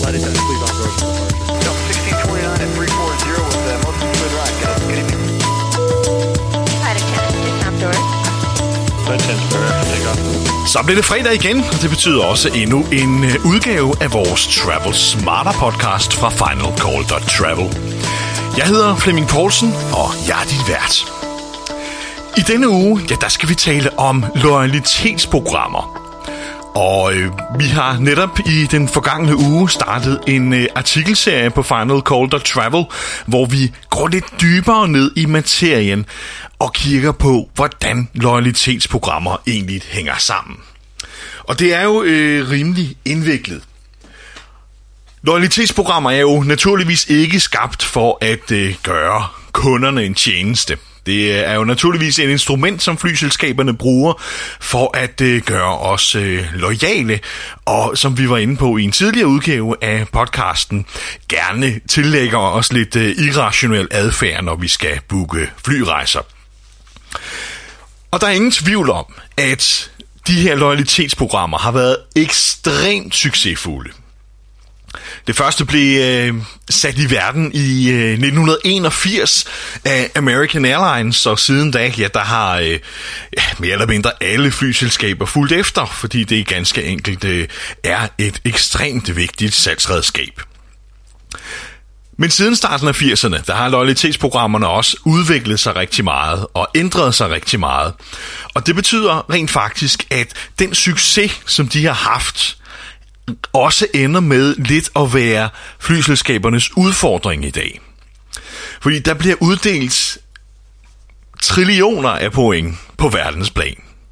United 10, please on approach departure. No, 1629 at 340 with most smooth ride. Good evening. United 10, please outdoors. United 10, spare after takeoff. Så bliver det fredag igen, og det betyder også endnu en udgave af vores Travel Smarter podcast fra finalcall.travel. Jeg hedder Flemming Poulsen, og jeg er din vært. I denne uge, der skal vi tale om loyalitetsprogrammer. Og vi har netop i den forgangne uge startet en artikelserie på finalcall.travel, hvor vi går lidt dybere ned i materien og kigger på, hvordan loyalitetsprogrammer egentlig hænger sammen. Og det er jo rimelig indviklet. Loyalitetsprogrammer er jo naturligvis ikke skabt for at gøre kunderne en tjeneste. Det er jo naturligvis et instrument, som flyselskaberne bruger for at gøre os loyale, og som vi var inde på i en tidligere udgave af podcasten, gerne tillægger os lidt irrationel adfærd, når vi skal booke flyrejser. Og der er ingen tvivl om, at de her loyalitetsprogrammer har været ekstremt succesfulde. Det første blev sat i verden i 1981 af American Airlines, og siden da, der har mere eller mindre alle flyselskaber fulgt efter, fordi det ganske enkelt er et ekstremt vigtigt salgsredskab. Men siden starten af 80'erne, der har loyalitetsprogrammerne også udviklet sig rigtig meget og ændret sig rigtig meget. Og det betyder rent faktisk, at den succes, som de har haft, også ender med lidt at være flyselskabernes udfordring i dag. Fordi der bliver uddelt trillioner af point på verdensplan.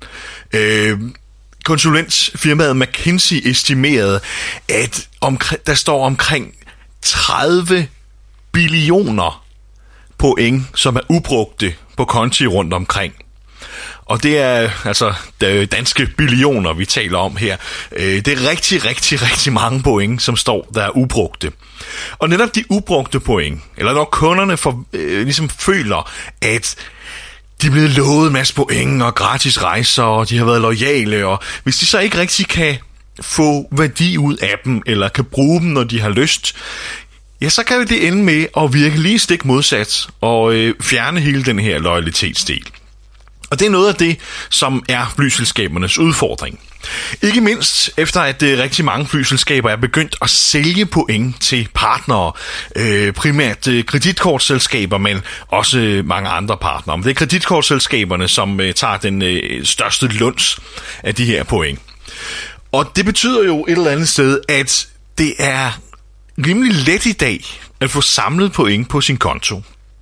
Konsulentfirmaet McKinsey estimerede, at der står omkring 30 billioner point, som er ubrugte på konti rundt omkring. Og det er altså danske billioner, vi taler om her. Det er rigtig mange point, som står, der er ubrugte. Og netop de ubrugte point, eller når kunderne ligesom føler, at de er blevet lovet en masse point og gratis rejser, og de har været loyale, og hvis de så ikke rigtig kan få værdi ud af dem, eller kan bruge dem, når de har lyst, ja, så kan det ende med at virke lige stik modsat, og fjerne hele den her loyalitetsdel. Og det er noget af det, som er flyselskabernes udfordring. Ikke mindst efter, at rigtig mange flyselskaber er begyndt at sælge point til partnere, primært kreditkortselskaber, men også mange andre partnere. Det er kreditkortselskaberne, som tager den største luns af de her point. Og det betyder jo et eller andet sted, at det er rimelig let i dag at få samlet point på sin konto.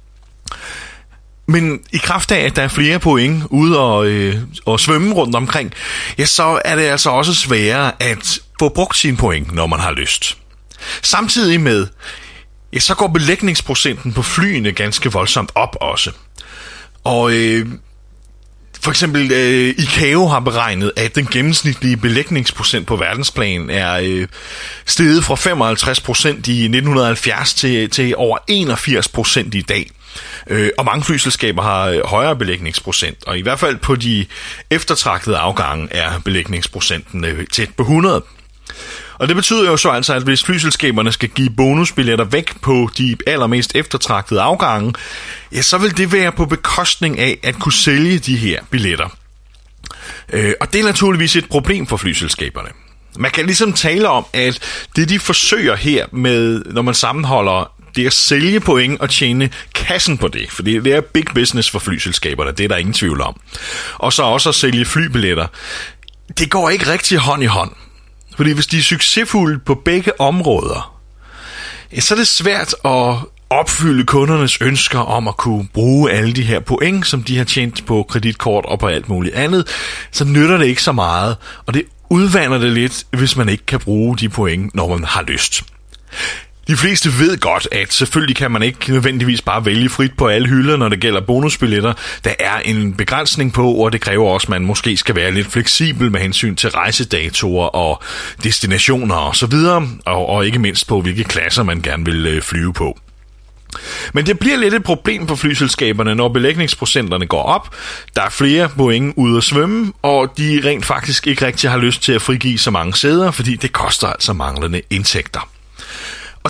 Men i kraft af, at der er flere point ude og svømme rundt omkring, ja, så er det altså også sværere at få brugt sine point, når man har lyst. Samtidig med, ja, så går belægningsprocenten på flyene ganske voldsomt op også. Og for eksempel ICAO har beregnet, at den gennemsnitlige belægningsprocent på verdensplan er steget fra 55% i 1970 til over 81% i dag. Og mange flyselskaber har højere belægningsprocent, og i hvert fald på de eftertragtede afgange er belægningsprocenten tæt på 100. Og det betyder jo så altså, at hvis flyselskaberne skal give bonusbilletter væk på de allermest eftertragtede afgange, ja, så vil det være på bekostning af at kunne sælge de her billetter. Og det er naturligvis et problem for flyselskaberne. Man kan ligesom tale om, at det de forsøger her med, når man sammenholder det er at sælge point og tjene kassen på det, for det er big business for flyselskaberne, det er der ingen tvivl om. Og så også at sælge flybilletter. Det går ikke rigtig hånd i hånd. Fordi hvis de er succesfulde på begge områder, ja, så er det svært at opfylde kundernes ønsker om at kunne bruge alle de her point, som de har tjent på kreditkort og på alt muligt andet. Så nytter det ikke så meget, og det udvander det lidt, hvis man ikke kan bruge de point, når man har lyst. De fleste ved godt, at selvfølgelig kan man ikke nødvendigvis bare vælge frit på alle hylder, når det gælder bonusbilletter. Der er en begrænsning på, og det kræver også, at man måske skal være lidt fleksibel med hensyn til rejsedatoer og destinationer osv., og ikke mindst på, hvilke klasser man gerne vil flyve på. Men det bliver lidt et problem for flyselskaberne, når belægningsprocenterne går op. Der er flere point ude at svømme, og de rent faktisk ikke rigtig har lyst til at frigive så mange sæder, fordi det koster altså manglende indtægter.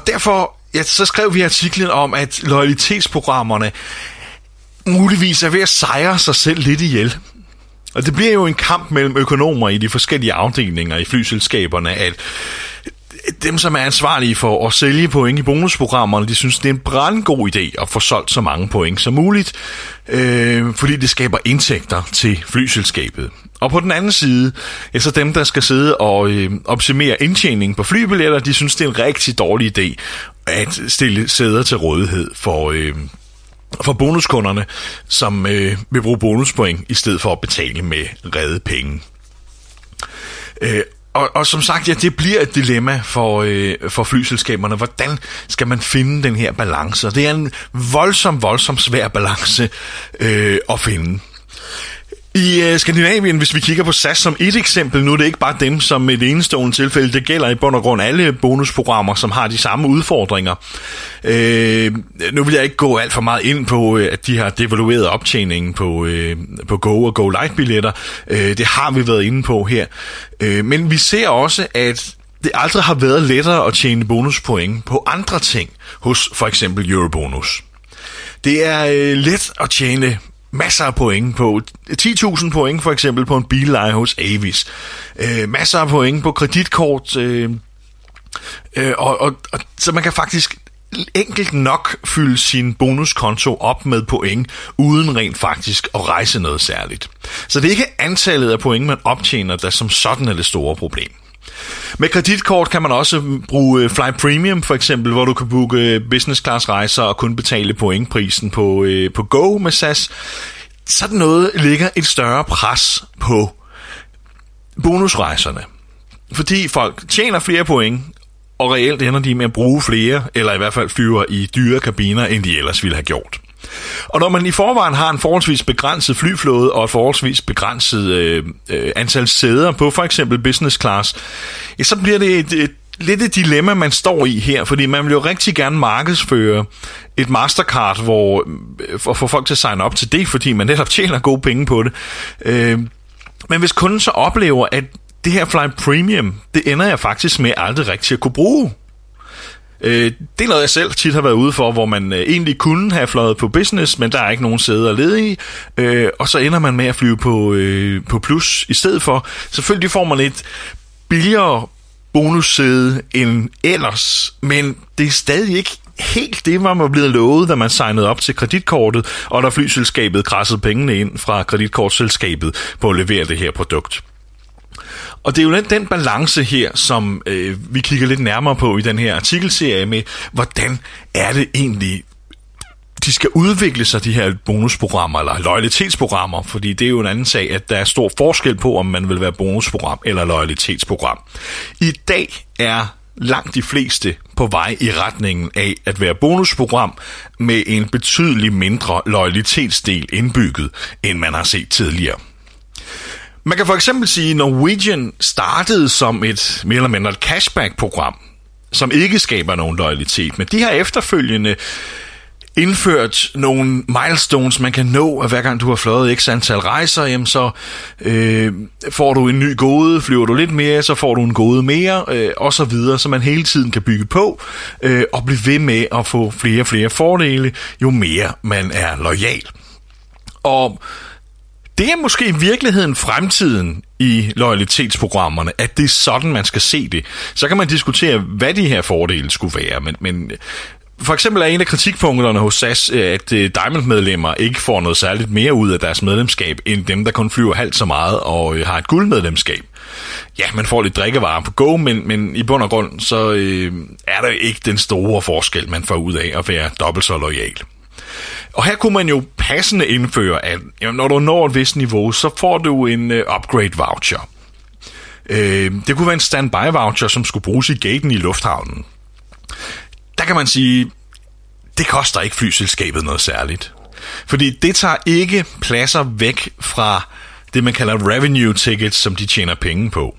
Og derfor så skrev vi artiklen om, at loyalitetsprogrammerne muligvis er ved at sejre sig selv lidt ihjel. Og det bliver jo en kamp mellem økonomer i de forskellige afdelinger i flyselskaberne, at dem, som er ansvarlige for at sælge point i bonusprogrammerne, de synes, det er en brandgod idé at få solgt så mange point som muligt, fordi det skaber indtægter til flyselskabet. Og på den anden side, så dem, der skal sidde og optimere indtjeningen på flybilletter, de synes, det er en rigtig dårlig idé at stille sæder til rådighed for bonuskunderne, som vil bruge bonuspoint i stedet for at betale med redde penge. Og som sagt, ja, det bliver et dilemma for flyselskaberne. Hvordan skal man finde den her balance? Og det er en voldsom svær balance at finde. I Skandinavien, hvis vi kigger på SAS som et eksempel, nu er det ikke bare dem som et enestående tilfælde, det gælder i bund og grund alle bonusprogrammer, som har de samme udfordringer. Nu vil jeg ikke gå alt for meget ind på, at de har devalueret optjeningen på Go og Go Light-billetter. Det har vi været inde på her. Men vi ser også, at det aldrig har været lettere at tjene bonuspoint på andre ting hos for eksempel Eurobonus. Det er let at tjene masser af point på 10.000 point for eksempel på en billeje hos Avis. Masser af point på kreditkort. Så man kan faktisk enkelt nok fylde sin bonuskonto op med point, uden rent faktisk at rejse noget særligt. Så det er ikke antallet af point, man optjener, der som sådan er det store problem. Med kreditkort kan man også bruge Fly Premium for eksempel, hvor du kan booke business class rejser og kun betale pointprisen på Go med SAS. Sådan noget ligger et større pres på bonusrejserne. Fordi folk tjener flere point, og reelt ender de med at bruge flere, eller i hvert fald flyver i dyre kabiner, end de ellers ville have gjort. Og når man i forvejen har en forholdsvis begrænset flyflåde og et forholdsvis begrænset antal sæder på for eksempel business class, så bliver det lidt et dilemma, man står i her, fordi man vil jo rigtig gerne markedsføre et Mastercard, for at få folk til at signe op til det, fordi man netop tjener gode penge på det. Men hvis kunden så oplever, at det her Fly Premium, det ender jeg faktisk med aldrig rigtig at kunne bruge. Det er noget, jeg selv tit har været ude for, hvor man egentlig kunne have fløjet på business, men der er ikke nogen sæder ledige, og så ender man med at flyve på plus i stedet for. Selvfølgelig får man et billigere bonussæde end ellers, men det er stadig ikke helt det, man var blevet lovet, da man signede op til kreditkortet, og da flyselskabet krassede pengene ind fra kreditkortselskabet på at levere det her produkt. Og det er jo den balance her, som vi kigger lidt nærmere på i den her artikelserie med, hvordan er det egentlig, de skal udvikle sig, de her bonusprogrammer eller loyalitetsprogrammer, fordi det er jo en anden sag, at der er stor forskel på, om man vil være bonusprogram eller loyalitetsprogram. I dag er langt de fleste på vej i retningen af at være bonusprogram med en betydelig mindre loyalitetsdel indbygget, end man har set tidligere. Man kan for eksempel sige, at Norwegian startede som et mere eller mindre cashback-program, som ikke skaber nogen loyalitet, men de har efterfølgende indført nogle milestones, man kan nå, at hver gang du har fløjet x antal rejser, jamen så får du en ny gode, flyver du lidt mere, så får du en gode mere, og så videre, så man hele tiden kan bygge på og blive ved med at få flere og flere fordele, jo mere man er loyal. Og det er måske i virkeligheden fremtiden i loyalitetsprogrammerne, at det er sådan, man skal se det. Så kan man diskutere, hvad de her fordele skulle være, men for eksempel er en af kritikpunkterne hos SAS, at Diamond-medlemmer ikke får noget særligt mere ud af deres medlemskab, end dem, der kun flyver halvt så meget og har et guldmedlemskab. Ja, man får lidt drikkevarer på Go, men i bund og grund, så er der ikke den store forskel, man får ud af at være dobbelt så loyal. Og her kunne man jo passende indføre, at når du når et vist niveau, så får du en upgrade voucher. Det kunne være en standby voucher, som skulle bruges i gaten i lufthavnen. Der kan man sige, det koster ikke flyselskabet noget særligt. Fordi det tager ikke pladser væk fra det, man kalder revenue tickets, som de tjener penge på.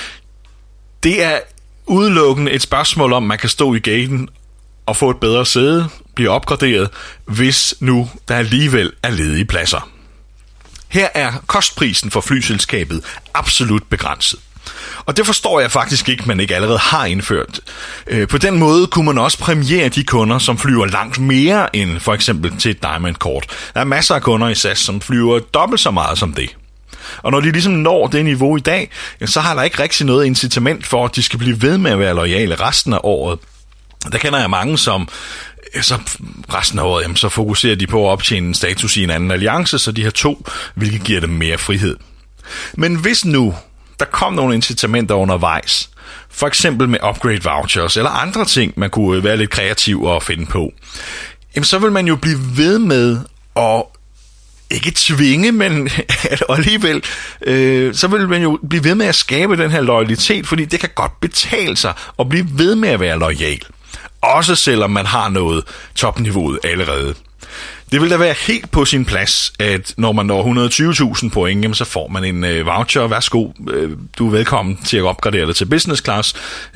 Det er udelukkende et spørgsmål om, man kan stå i gaten og få et bedre sæde, blive opgraderet, hvis nu der alligevel er ledige pladser. Her er kostprisen for flyselskabet absolut begrænset. Og det forstår jeg faktisk ikke, man ikke allerede har indført. På den måde kunne man også præmiere de kunder, som flyver langt mere end for eksempel til et Diamond-kort. Der er masser af kunder i SAS, som flyver dobbelt så meget som det. Og når de ligesom når det niveau i dag, så har der ikke rigtig noget incitament for, at de skal blive ved med at være loyale resten af året. Der kender jeg mange, som så resten af året, jamen, så fokuserer de på at optjene en status i en anden alliance, så de har 2, hvilket giver dem mere frihed. Men hvis nu der kom nogle incitamenter undervejs, for eksempel med upgrade vouchers eller andre ting, man kunne være lidt kreativ og finde på, jamen, så vil man jo blive ved med at ikke tvinge, men alligevel, så vil man jo blive ved med at skabe den her loyalitet, fordi det kan godt betale sig at blive ved med at være loyal. Også selvom man har nået topniveauet allerede. Det vil da være helt på sin plads, at når man når 120.000 point, jamen, så får man en voucher. Værsgo, du er velkommen til at opgradere det til business class,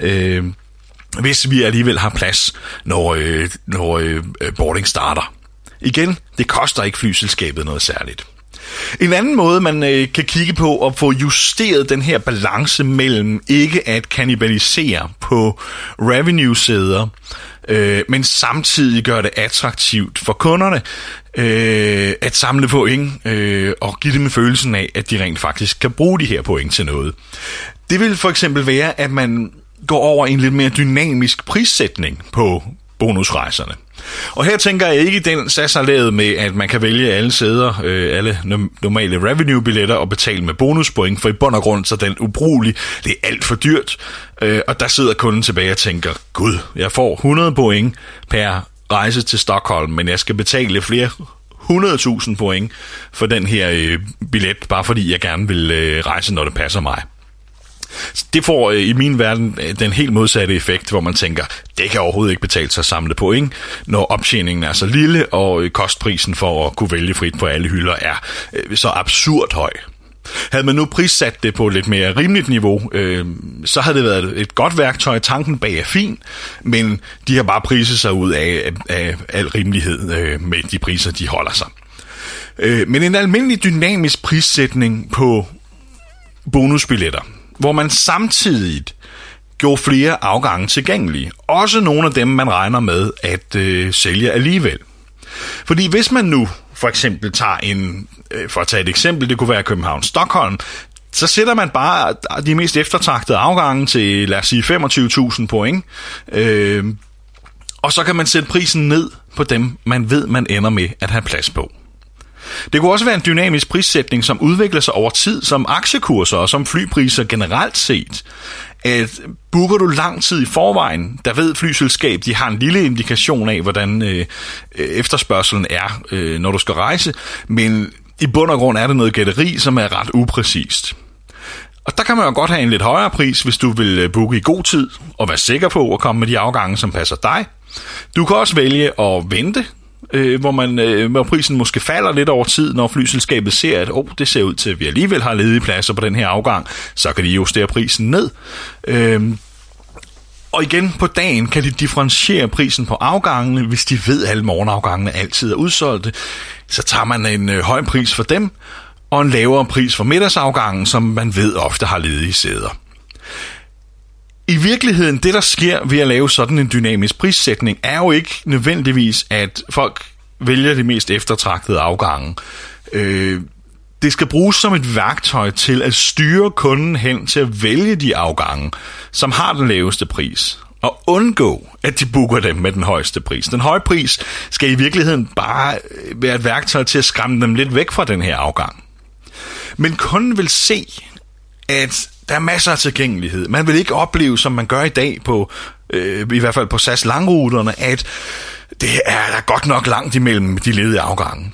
hvis vi alligevel har plads, når boarding starter. Igen, det koster ikke flyselskabet noget særligt. En anden måde, man kan kigge på at få justeret den her balance mellem ikke at kannibalisere på revenue-sæder, men samtidig gøre det attraktivt for kunderne at samle point og give dem følelsen af, at de rent faktisk kan bruge de her point til noget. Det vil for eksempel være, at man går over i en lidt mere dynamisk prissætning på bonusrejserne. Og her tænker jeg ikke den SAS har lavet med, at man kan vælge alle sæder, alle normale revenue-billetter og betale med bonuspoint, for i bund og grund så den ubrugelig. Det er alt for dyrt, og der sidder kunden tilbage og tænker, gud, jeg får 100 point per rejse til Stockholm, men jeg skal betale flere 100.000 point for den her billet, bare fordi jeg gerne vil rejse, når det passer mig. Det får i min verden den helt modsatte effekt, hvor man tænker, det kan overhovedet ikke betale sig at samle point, når optjeningen er så lille, og kostprisen for at kunne vælge frit på alle hylder er så absurd høj. Havde man nu prissat det på et lidt mere rimeligt niveau, så havde det været et godt værktøj. Tanken bag er fin, men de har bare priset sig ud af al rimelighed med de priser, de holder sig. Men en almindelig dynamisk prissætning på bonusbilletter, hvor man samtidig gjorde flere afgange tilgængelige. Også nogle af dem, man regner med at sælge alligevel. Fordi hvis man nu for eksempel tager for at tage et eksempel, det kunne være København-Stockholm, så sætter man bare de mest eftertragtede afgange til, lad os sige, 25.000 point. Og så kan man sætte prisen ned på dem, man ved, man ender med at have plads på. Det kunne også være en dynamisk prissætning, som udvikler sig over tid, som aktiekurser og som flypriser generelt set. At booker du lang tid i forvejen, der ved flyselskab, de har en lille indikation af, hvordan efterspørgselen er, når du skal rejse, men i bund og grund er det noget gætteri, som er ret upræcist. Og der kan man jo godt have en lidt højere pris, hvis du vil booke i god tid og være sikker på at komme med de afgange, som passer dig. Du kan også vælge at vente, hvor prisen måske falder lidt over tid, når flyselskabet ser, at det ser ud til, at vi alligevel har ledige pladser på den her afgang, så kan de justere prisen ned. Og igen på dagen kan de differentiere prisen på afgangene, hvis de ved, at alle morgenafgangene altid er udsolgte. Så tager man en høj pris for dem, og en lavere pris for middagsafgangen, som man ved ofte har ledige sæder. I virkeligheden, det der sker ved at lave sådan en dynamisk prissætning, er jo ikke nødvendigvis, at folk vælger de mest eftertragtede afgange. Det skal bruges som et værktøj til at styre kunden hen til at vælge de afgange, som har den laveste pris, og undgå, at de booker dem med den højeste pris. Den høje pris skal i virkeligheden bare være et værktøj til at skræmme dem lidt væk fra den her afgang. Men kunden vil se, at der er masser af tilgængelighed. Man vil ikke opleve, som man gør i dag på, i hvert fald på SAS langruterne, at det er godt nok langt imellem de ledige afgange.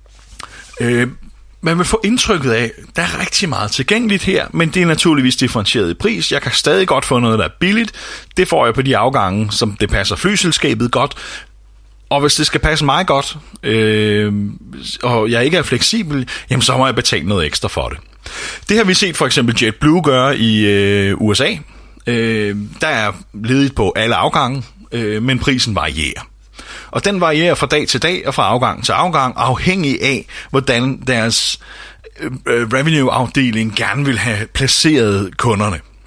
Man vil få indtrykket af, at der er rigtig meget tilgængeligt her, men det er naturligvis differentieret i pris. Jeg kan stadig godt få noget, der er billigt. Det får jeg på de afgange, som det passer flyselskabet godt. Og hvis det skal passe mig godt, og jeg ikke er fleksibel, jamen så må jeg betale noget ekstra for det. Det har vi set for eksempel JetBlue gøre i USA. Der er ledigt på alle afgange, men prisen varierer. Og den varierer fra dag til dag og fra afgang til afgang, afhængig af, hvordan deres revenue-afdeling gerne vil have placeret kunderne.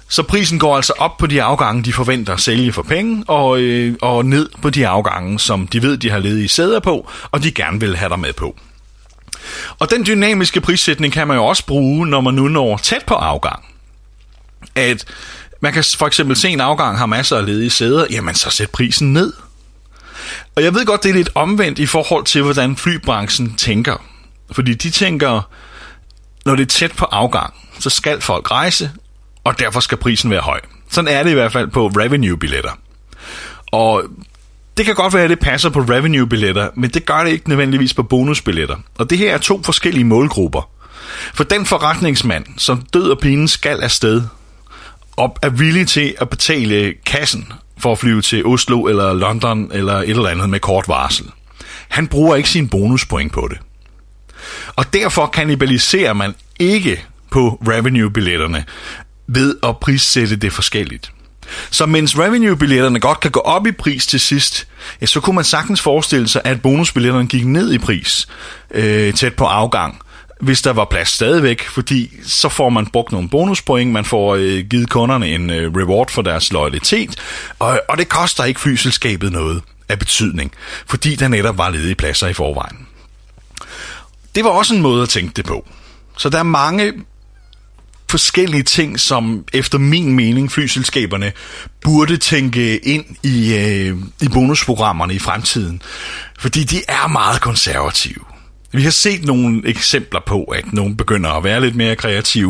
Så prisen går altså op på de afgange, de forventer at sælge for penge, og ned på de afgange, som de ved, de har ledige sæder på, og de gerne vil have dig med på. Og den dynamiske prissætning kan man jo også bruge, når man nu når tæt på afgang. At man kan for eksempel se en afgang har masser af ledige sæder, jamen så sæt prisen ned. Og jeg ved godt, det er lidt omvendt i forhold til, hvordan flybranchen tænker. Fordi de tænker, når det er tæt på afgang, så skal folk rejse, og derfor skal prisen være høj. Sådan er det i hvert fald på revenue-billetter. Og det kan godt være, at det passer på revenue-billetter, men det gør det ikke nødvendigvis på bonusbilletter. Og det her er 2 forskellige målgrupper. For den forretningsmand, som død og pine skal afsted, og er villig til at betale kassen for at flyve til Oslo eller London eller et eller andet med kort varsel, han bruger ikke sin bonuspoint på det. Og derfor kannibaliserer man ikke på revenue-billetterne ved at prissætte det forskelligt. Så mens revenue-billetterne godt kan gå op i pris til sidst, ja, så kunne man sagtens forestille sig, at bonusbilletterne gik ned i pris tæt på afgang, hvis der var plads stadigvæk, fordi så får man brugt nogle bonuspoint, man får givet kunderne en reward for deres loyalitet, og det koster ikke flyselskabet noget af betydning, fordi der netop var ledige pladser i forvejen. Det var også en måde at tænke det på. Så der er mange forskellige ting, som efter min mening flyselskaberne burde tænke ind i bonusprogrammerne i fremtiden, fordi de er meget konservative. Vi har set nogle eksempler på, at nogen begynder at være lidt mere kreative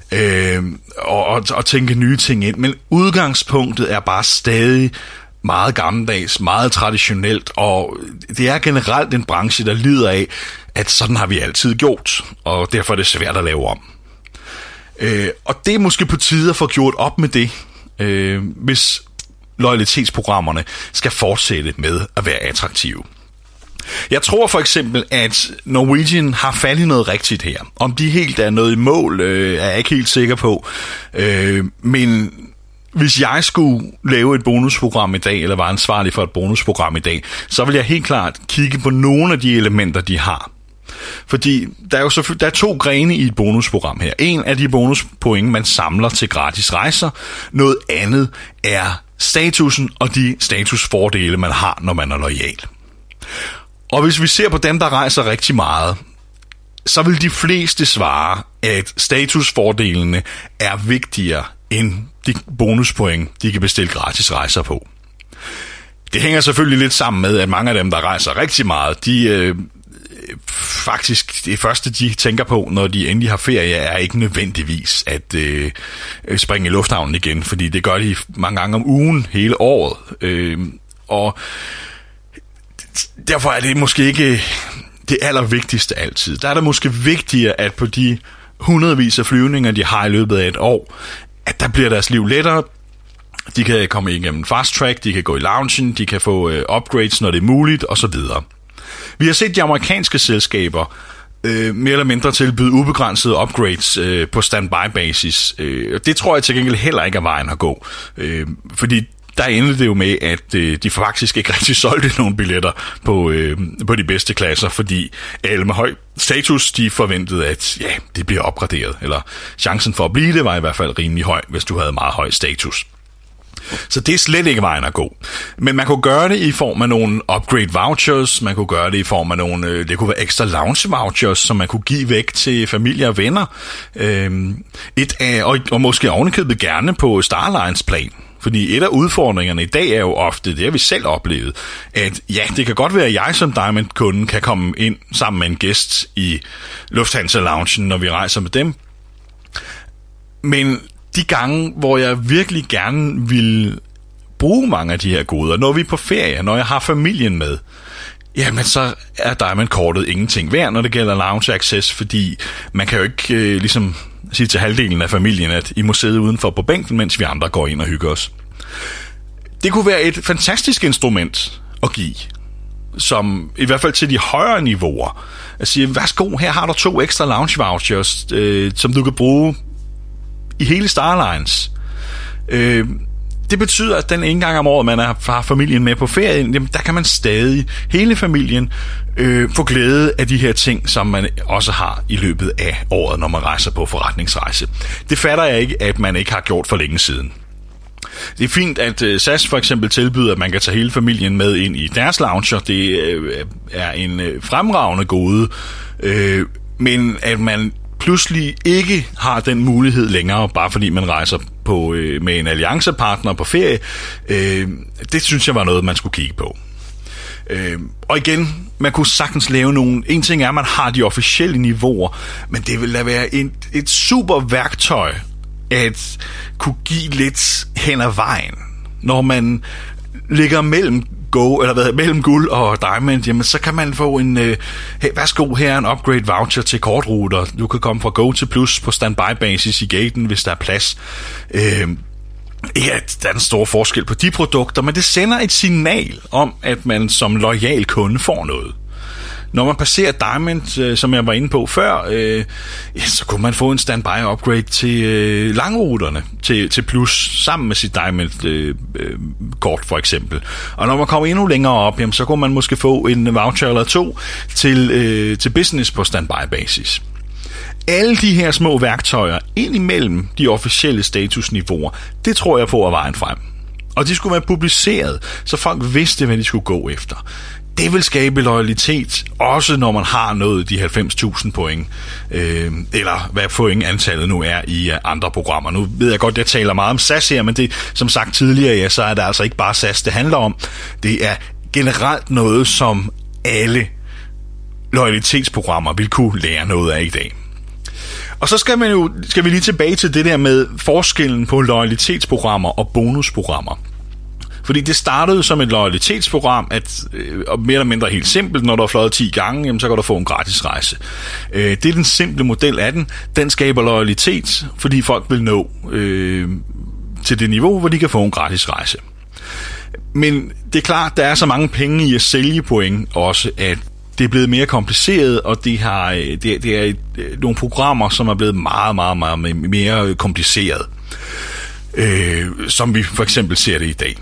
og tænke nye ting ind, men udgangspunktet er bare stadig meget gammeldags, meget traditionelt, og det er generelt en branche, der lider af, at sådan har vi altid gjort, og derfor er det svært at lave om. Og det er måske på tide at få gjort op med det, hvis loyalitetsprogrammerne skal fortsætte med at være attraktive. Jeg tror for eksempel, at Norwegian har fat i noget rigtigt her. Om de helt er noget i mål, er jeg ikke helt sikker på. Men hvis jeg skulle lave et bonusprogram i dag, eller var ansvarlig for et bonusprogram i dag, så vil jeg helt klart kigge på nogle af de elementer, de har. Fordi der er 2 grene i et bonusprogram her. En af de bonuspoint, man samler til gratis rejser. Noget andet er statusen og de statusfordele, man har, når man er loyal. Og hvis vi ser på dem, der rejser rigtig meget, så vil de fleste svare, at statusfordelene er vigtigere end de bonuspoint, de kan bestille gratis rejser på. Det hænger selvfølgelig lidt sammen med, at mange af dem, der rejser rigtig meget, de faktisk det første, de tænker på, når de endelig har ferie, er ikke nødvendigvis at springe i lufthavnen igen, fordi det gør de mange gange om ugen, hele året. Og derfor er det måske ikke det allervigtigste altid. Der er det måske vigtigere, at på de hundredvis af flyvninger, de har i løbet af et år, at der bliver deres liv lettere. De kan komme igennem fast track, de kan gå i loungen, de kan få upgrades, når det er muligt, osv. Vi har set de amerikanske selskaber mere eller mindre tilbyde ubegrænsede upgrades på standby-basis. Det tror jeg til gengæld heller ikke er vejen at gå, fordi der endte det jo med, at de faktisk ikke rigtig solgte nogle billetter på de bedste klasser, fordi alle med høj status, de forventede, at ja, det bliver opgraderet, eller chancen for at blive det var i hvert fald rimelig høj, hvis du havde meget høj status. Så det er slet ikke vejen at gå. Men man kunne gøre det i form af nogle upgrade vouchers, man kunne gøre det i form af nogle, det kunne være ekstra lounge vouchers, som man kunne give væk til familie og venner. Og måske ovenikøbet gerne på Starlines plan. Fordi et af udfordringerne i dag er jo ofte, det har vi selv oplevet, at ja, det kan godt være, at jeg som Diamond-kunde kan komme ind sammen med en gæst i Lufthansa-loungen, når vi rejser med dem. Men de gange, hvor jeg virkelig gerne vil bruge mange af de her goder, når vi er på ferie, når jeg har familien med, jamen så er Diamond-kortet ingenting værd, når det gælder lounge access, fordi man kan jo ikke ligesom sige til halvdelen af familien, at I må sidde udenfor på bænken, mens vi andre går ind og hygger os. Det kunne være et fantastisk instrument at give, som i hvert fald til de højere niveauer, at sige, værsgo, her har du 2 ekstra lounge vouchers, som du kan bruge i hele Starlines. det betyder, at den ene gang om året, man har familien med på ferien, jamen, der kan man stadig, hele familien, få glæde af de her ting, som man også har i løbet af året, når man rejser på forretningsrejse. Det fatter jeg ikke, at man ikke har gjort for længe siden. Det er fint, at SAS for eksempel tilbyder, at man kan tage hele familien med ind i deres lounger. Det er en fremragende gode, men at man pludselig ikke har den mulighed længere, bare fordi man rejser på med en alliancepartner på ferie, det synes jeg var noget, man skulle kigge på. Og igen, man kunne sagtens lave nogle... En ting er, at man har de officielle niveauer, men det vil da være et super værktøj at kunne give lidt hen ad vejen. Når man ligger mellem mellem guld og diamond, jamen så kan man få en hey, værsgo, her er en upgrade voucher til kortruter. Du kan komme fra Go til Plus på standby basis i gaten, hvis der er plads. Ja, der er en stor forskel på de produkter, men det sender et signal om, at man som loyal kunde får noget. Når man passerer Diamond, som jeg var inde på før, så kunne man få en standby upgrade til langruterne, til Plus, sammen med sit Diamond-kort for eksempel. Og når man kommer endnu længere op, jamen, så kunne man måske få en voucher eller to til business på standby basis. Alle de her små værktøjer ind imellem de officielle statusniveauer, det tror jeg på er vejen frem. Og de skulle være publiceret, så folk vidste, hvad de skulle gå efter. Det vil skabe loyalitet, også når man har nået de 90.000 point, eller hvad pointantallet nu er i andre programmer. Nu ved jeg godt, at jeg taler meget om SAS her, men det, som sagt tidligere, ja, så er det altså ikke bare SAS, det handler om. Det er generelt noget, som alle loyalitetsprogrammer vil kunne lære noget af i dag. Og så skal vi lige tilbage til det der med forskellen på loyalitetsprogrammer og bonusprogrammer. Fordi det startede som et loyalitetsprogram, og mere eller mindre helt simpelt, når du har fløjet 10 gange, jamen, så kan du få en gratis rejse. Det er den simple model af den. Den skaber loyalitet, fordi folk vil nå til det niveau, hvor de kan få en gratis rejse. Men det er klart, der er så mange penge i at sælge point også, at det er blevet mere kompliceret, og det er nogle programmer, som er blevet meget, meget, meget mere kompliceret, som vi for eksempel ser det i dag.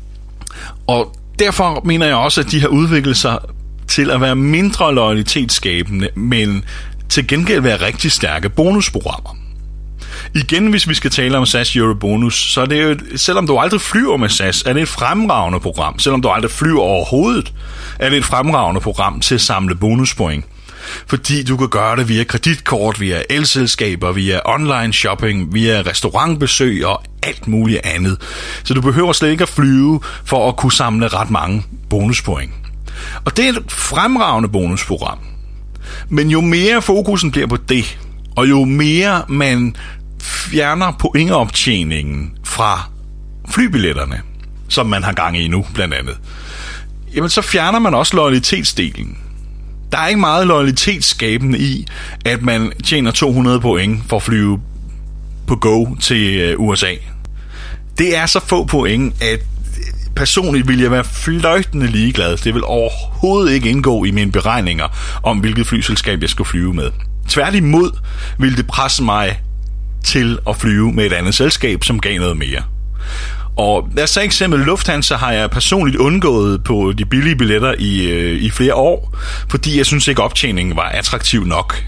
Og derfor mener jeg også, at de har udviklet sig til at være mindre loyalitetsskabende, men til gengæld være rigtig stærke bonusprogrammer. Igen, hvis vi skal tale om SAS Eurobonus, så er det jo, selvom du aldrig flyver med SAS, er det et fremragende program. Selvom du aldrig flyver overhovedet, er det et fremragende program til at samle bonuspoint. Fordi du kan gøre det via kreditkort, via elselskaber, via online shopping, via restaurantbesøg og alt muligt andet. Så du behøver slet ikke at flyve for at kunne samle ret mange bonuspoint. Og det er et fremragende bonusprogram. Men jo mere fokusen bliver på det, og jo mere man fjerner pointoptjeningen fra flybilletterne, som man har gang i nu blandt andet, jamen så fjerner man også loyalitetsdelen. Der er ikke meget loyalitetsskabende i, at man tjener 200 point for at flyve på Go til USA. Det er så få point, at personligt vil jeg være fløjtende ligeglad. Det vil overhovedet ikke indgå i mine beregninger om, hvilket flyselskab jeg skal flyve med. Tværtimod vil det presse mig til at flyve med et andet selskab, som gav noget mere. Og lad os tage eksempel Lufthansa har jeg personligt undgået på de billige billetter i flere år, fordi jeg synes ikke optjeningen var attraktiv nok.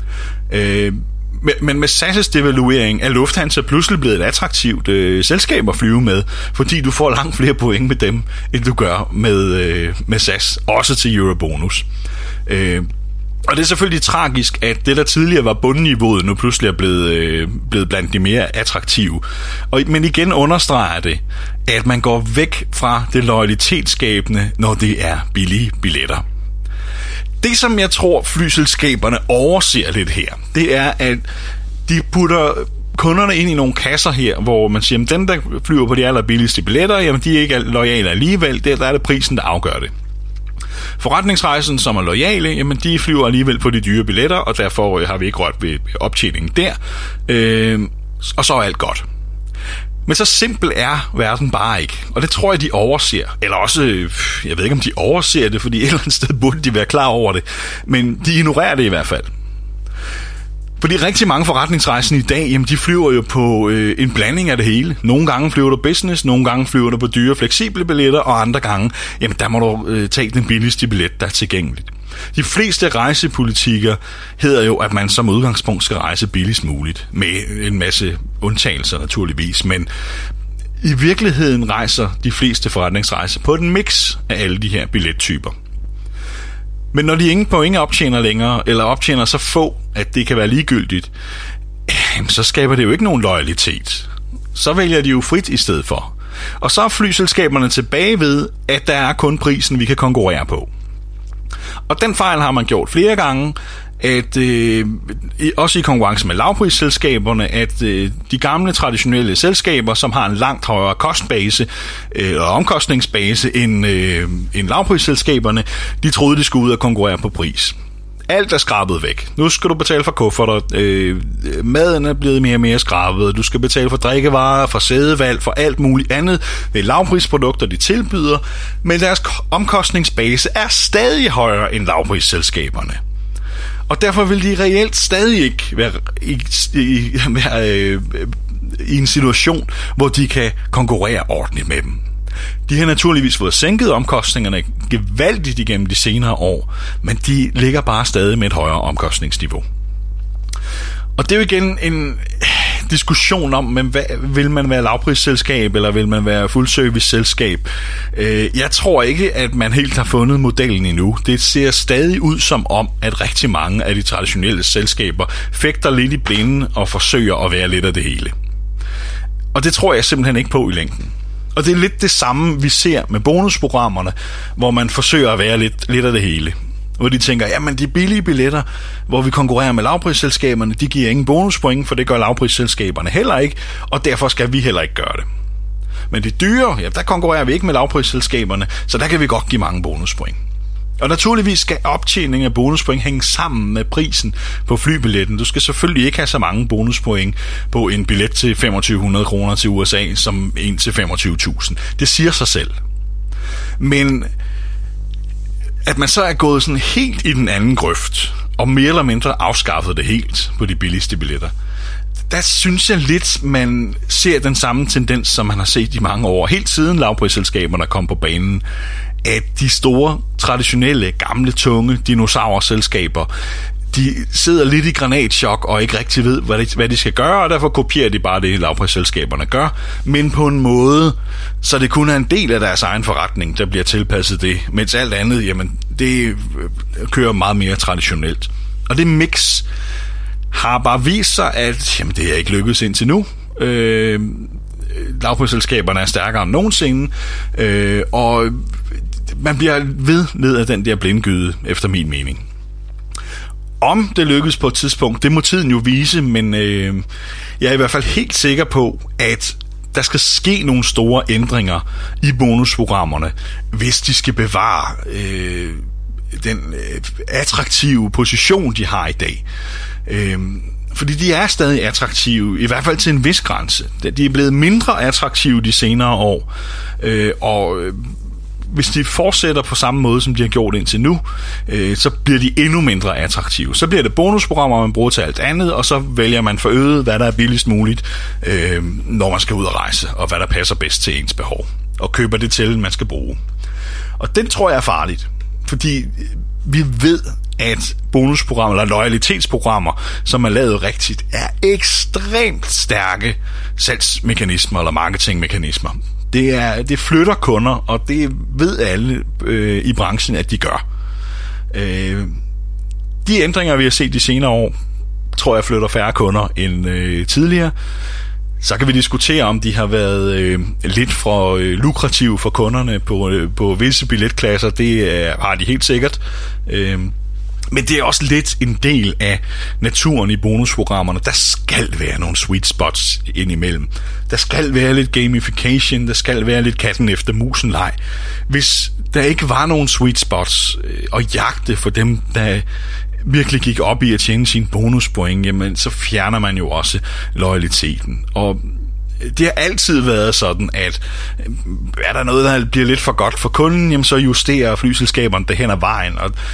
Men med SAS' devaluering er Lufthansa pludselig blevet et attraktivt selskab at flyve med, fordi du får langt flere point med dem, end du gør med SAS, også til Eurobonus. Og det er selvfølgelig tragisk, at det, der tidligere var bundniveauet, nu pludselig er blevet blandt de mere attraktive. Men igen understreger det, at man går væk fra det loyalitetsskabende, når det er billige billetter. Det, som jeg tror flyselskaberne overser lidt her, det er, at de putter kunderne ind i nogle kasser her, hvor man siger, at dem, der flyver på de allerbilligste billetter, jamen de er ikke loyale alligevel, der er det prisen, der afgør det. Forretningsrejsen, som er loyale, jamen de flyver alligevel på de dyre billetter, og derfor har vi ikke rørt ved optjeningen der, og så er alt godt. Men så simpel er verden bare ikke, og det tror jeg, de overser. Eller også, jeg ved ikke, om de overser det, fordi et eller andet sted burde de være klar over det, men de ignorerer det i hvert fald. Fordi rigtig mange forretningsrejsende i dag, jamen de flyver jo på en blanding af det hele. Nogle gange flyver du business, nogle gange flyver du på dyre, fleksible billetter, og andre gange, jamen der må du tage den billigste billet, der er tilgængeligt. De fleste rejsepolitikker hedder jo, at man som udgangspunkt skal rejse billigst muligt, med en masse undtagelser naturligvis, men i virkeligheden rejser de fleste forretningsrejser på et mix af alle de her billettyper. Men når de ingen point optjener længere, eller optjener så få, at det kan være ligegyldigt, så skaber det jo ikke nogen loyalitet. Så vælger de jo frit i stedet for. Og så er flyselskaberne tilbage ved, at der er kun prisen, vi kan konkurrere på. Og den fejl har man gjort flere gange, at også i konkurrence med lavprisselskaberne, at de gamle traditionelle selskaber, som har en langt højere kostbase og omkostningsbase end lavprisselskaberne, de troede, de skulle ud og konkurrere på pris. Alt er skrabet væk. Nu skal du betale for kufferter, maden er blevet mere og mere skrabet, du skal betale for drikkevarer, for sædevalg, for alt muligt andet. Det er lavprisprodukter, de tilbyder, men deres omkostningsbase er stadig højere end lavprisselskaberne. Og derfor vil de reelt stadig ikke være i en situation, hvor de kan konkurrere ordentligt med dem. De har naturligvis fået sænket omkostningerne gevaldigt igennem de senere år, men de ligger bare stadig med et højere omkostningsniveau. Og det er jo igen en diskussion om, men vil man være lavprisselskab, eller vil man være fuldservice-selskab? Jeg tror ikke, at man helt har fundet modellen endnu. Det ser stadig ud som om, at rigtig mange af de traditionelle selskaber fægter lidt i blinde og forsøger at være lidt af det hele. Og det tror jeg simpelthen ikke på i længden. Og det er lidt det samme, vi ser med bonusprogrammerne, hvor man forsøger at være lidt af det hele. Hvor de tænker, jamen de billige billetter, hvor vi konkurrerer med lavprisselskaberne, de giver ingen bonuspoint, for det gør lavprisselskaberne heller ikke, og derfor skal vi heller ikke gøre det. Men de dyre, ja, der konkurrerer vi ikke med lavprisselskaberne, så der kan vi godt give mange bonuspoint. Og naturligvis skal optjening af bonuspoint hænge sammen med prisen på flybilletten. Du skal selvfølgelig ikke have så mange bonuspoint på en billet til 2500 kroner til USA som en til 25.000. Det siger sig selv. Men at man så er gået sådan helt i den anden grøft, og mere eller mindre afskaffet det helt på de billigste billetter, der synes jeg lidt, man ser den samme tendens, som man har set i mange år, helt siden lavprisselskaberne kom på banen, at de store, traditionelle, gamle, tunge dinosaurselskaber, de sidder lidt i granatschok og ikke rigtig ved, hvad de skal gøre, og derfor kopierer de bare det, lavprisselskaberne gør, men på en måde, så det kun er en del af deres egen forretning, der bliver tilpasset det, mens alt andet, jamen, det kører meget mere traditionelt. Og det mix har bare vist sig, at jamen, det er ikke lykkedes indtil nu. Lavprisselskaberne er stærkere end nogensinde, og man bliver ved ned af den der blindgyde, efter min mening. Om det lykkes på et tidspunkt, det må tiden jo vise, men jeg er i hvert fald helt sikker på, at der skal ske nogle store ændringer i bonusprogrammerne, hvis de skal bevare den attraktive position, de har i dag. Fordi de er stadig attraktive, i hvert fald til en vis grænse. De er blevet mindre attraktive de senere år, og hvis de fortsætter på samme måde, som de har gjort indtil nu, så bliver de endnu mindre attraktive. Så bliver det bonusprogrammer, man bruger til alt andet, og så vælger man forøget, hvad der er billigst muligt, når man skal ud og rejse, og hvad der passer bedst til ens behov, og køber det til, man skal bruge. Og den tror jeg er farligt, fordi vi ved, at bonusprogrammer eller loyalitetsprogrammer, som er lavet rigtigt, er ekstremt stærke salgsmekanismer eller marketingmekanismer. Det flytter kunder, og det ved alle i branchen, at de gør. De ændringer, vi har set de senere år, tror jeg flytter færre kunder end tidligere. Så kan vi diskutere, om de har været lidt for lukrative for kunderne på visse billetklasser. Det har de helt sikkert. Men det er også lidt en del af naturen i bonusprogrammerne. Der skal være nogle sweet spots indimellem. Der skal være lidt gamification, der skal være lidt katten efter musen leg. Hvis der ikke var nogen sweet spots og jagte for dem, der virkelig gik op i at tjene sine bonuspoint, jamen så fjerner man jo også loyaliteten. Og det har altid været sådan, at er der noget, der bliver lidt for godt for kunden, jamen så justerer flyselskaberne det hen ad vejen, og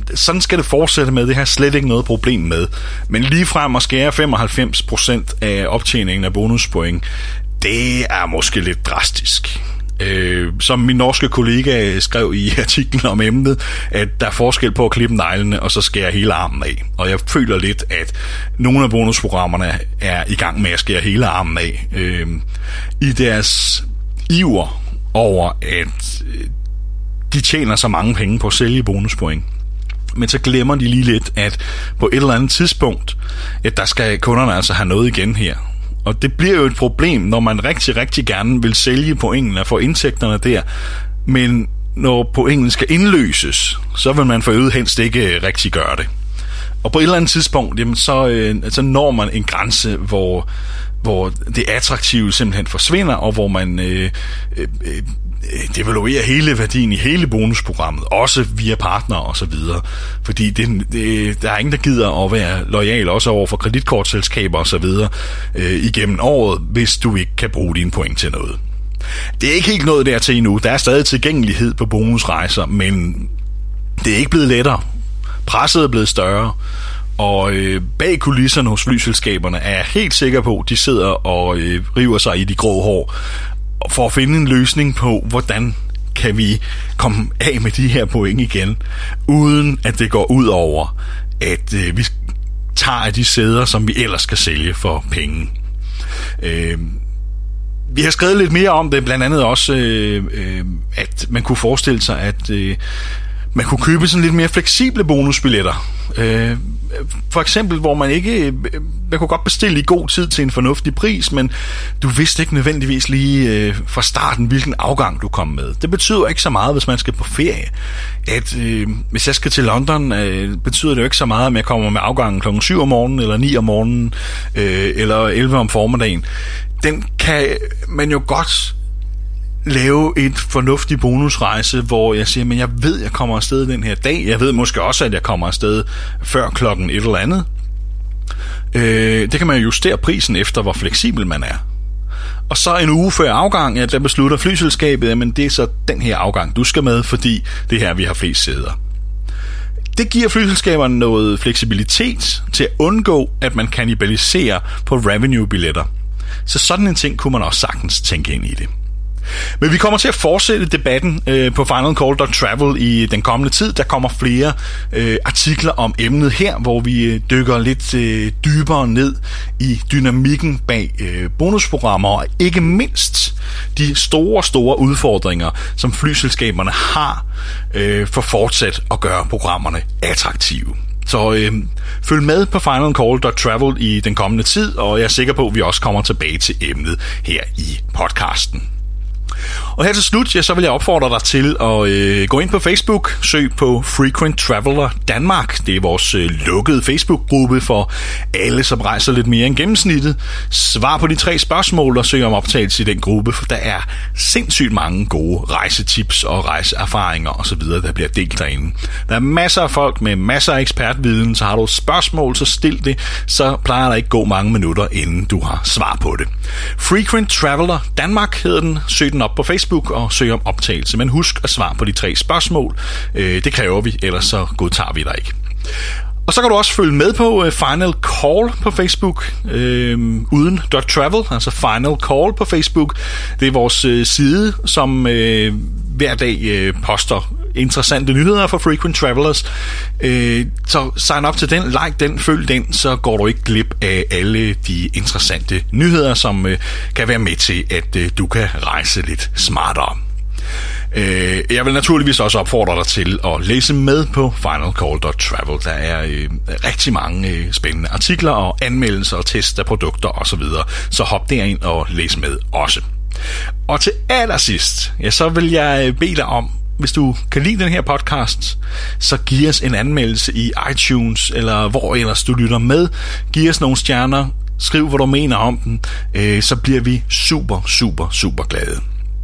sådan skal det fortsætte med. Det har slet ikke noget problem med. Men ligefrem at skære 95% af optjeningen af bonuspoint, det er måske lidt drastisk. Som min norske kollega skrev i artiklen om emnet, at der er forskel på at klippe neglene og så skære hele armen af. Og jeg føler lidt, at nogle af bonusprogrammerne er i gang med at skære hele armen af i deres iver over, at de tjener så mange penge på at sælge bonuspoint. Men så glemmer de lige lidt, at på et eller andet tidspunkt, at der skal kunderne altså have noget igen her. Og det bliver jo et problem, når man rigtig, rigtig gerne vil sælge pointene og få indtægterne der. Men når pointene skal indløses, så vil man for øvrigt helst ikke rigtig gøre det. Og på et eller andet tidspunkt, jamen så når man en grænse, hvor det attraktive simpelthen forsvinder, og hvor man devaluerer hele værdien i hele bonusprogrammet, også via partnere og så videre. Fordi der er ingen, der gider at være loyal også over for kreditkortselskaber og så videre igennem året, hvis du ikke kan bruge dine point til noget. Det er ikke helt noget dertil endnu. Der er stadig tilgængelighed på bonusrejser, men det er ikke blevet lettere. Presset er blevet større, og bag kulisserne hos flyselskaberne er jeg helt sikker på, at de sidder og river sig i de grå hår for at finde en løsning på, hvordan kan vi komme af med de her point igen, uden at det går ud over, at vi tager af de sæder, som vi ellers skal sælge for penge. Vi har skrevet lidt mere om det, blandt andet også, at man kunne forestille sig, at man kunne købe sådan lidt mere fleksible bonusbilletter. For eksempel, hvor man kunne godt bestille i god tid til en fornuftig pris, men du vidste ikke nødvendigvis lige fra starten, hvilken afgang du kom med. Det betyder ikke så meget, hvis man skal på ferie. Hvis jeg skal til London, betyder det jo ikke så meget, om jeg kommer med afgangen klokken 7 om morgenen, eller 9 om morgenen, eller 11 om formiddagen. Den kan man jo godt lave et fornuftigt bonusrejse, hvor jeg siger, men jeg ved, jeg kommer afsted den her dag. Jeg ved måske også, at jeg kommer afsted før klokken et eller andet. Det kan man justere prisen efter, hvor fleksibel man er. Og så en uge før afgang, der beslutter flyselskabet, men det er så den her afgang, du skal med, fordi det her, vi har flest sæder. Det giver flyselskaberne noget fleksibilitet til at undgå, at man kannibaliserer på revenue-billetter. Så sådan en ting kunne man også sagtens tænke ind i det. Men vi kommer til at fortsætte debatten på finalcall.travel i den kommende tid. Der kommer flere artikler om emnet her, hvor vi dykker lidt dybere ned i dynamikken bag bonusprogrammer, og ikke mindst de store udfordringer, som flyselskaberne har for fortsat at gøre programmerne attraktive. Så følg med på finalcall.travel i den kommende tid, og jeg er sikker på, at vi også kommer tilbage til emnet her i podcasten. Og her til slut, så vil jeg opfordre dig til at gå ind på Facebook, søg på Frequent Traveler Danmark. Det er vores lukkede Facebook-gruppe for alle, som rejser lidt mere end gennemsnittet. Svar på de 3 spørgsmål og søg om optagelse i den gruppe, for der er sindssygt mange gode rejsetips og rejseerfaringer osv., der bliver delt derinde. Der er masser af folk med masser af ekspertviden, så har du et spørgsmål, så stil det, så plejer der ikke gå mange minutter, inden du har svar på det. Frequent Traveler Danmark hedder den. Søg den op på Facebook og søg om optagelse, men husk at svare på de 3 spørgsmål. Det kræver vi, ellers så godtager vi dig ikke. Og så kan du også følge med på Final Call på Facebook, uden .travel, altså Final Call på Facebook. Det er vores side, som hver dag poster interessante nyheder for Frequent Travelers. Så sign op til den, like den, følg den, så går du ikke glip af alle de interessante nyheder, som kan være med til, at du kan rejse lidt smartere. Jeg vil naturligvis også opfordre dig til at læse med på finalcall.travel. Der er rigtig mange spændende artikler og anmeldelser og test af produkter osv. Så hop derind og læs med også. Og til allersidst, så vil jeg bede dig om, hvis du kan lide den her podcast, så giv os en anmeldelse i iTunes, eller hvor ellers du lytter med. Giv os nogle stjerner, skriv hvad du mener om den, så bliver vi super glade.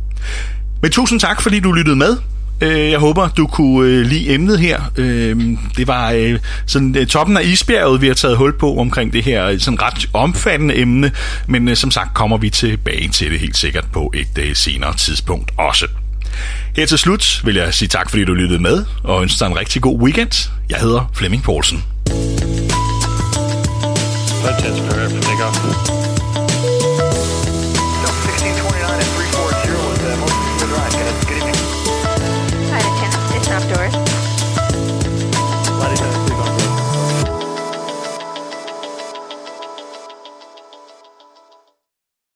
Men tusind tak, fordi du lyttede med. Jeg håber, du kunne lide emnet her. Det var sådan toppen af isbjerget, vi har taget hul på omkring det her sådan ret omfattende emne. Men som sagt kommer vi tilbage til det helt sikkert på et senere tidspunkt også. Her til slut vil jeg sige tak, fordi du lyttede med, og ønsker dig en rigtig god weekend. Jeg hedder Flemming Poulsen. Flight 10's prepared for takeoff.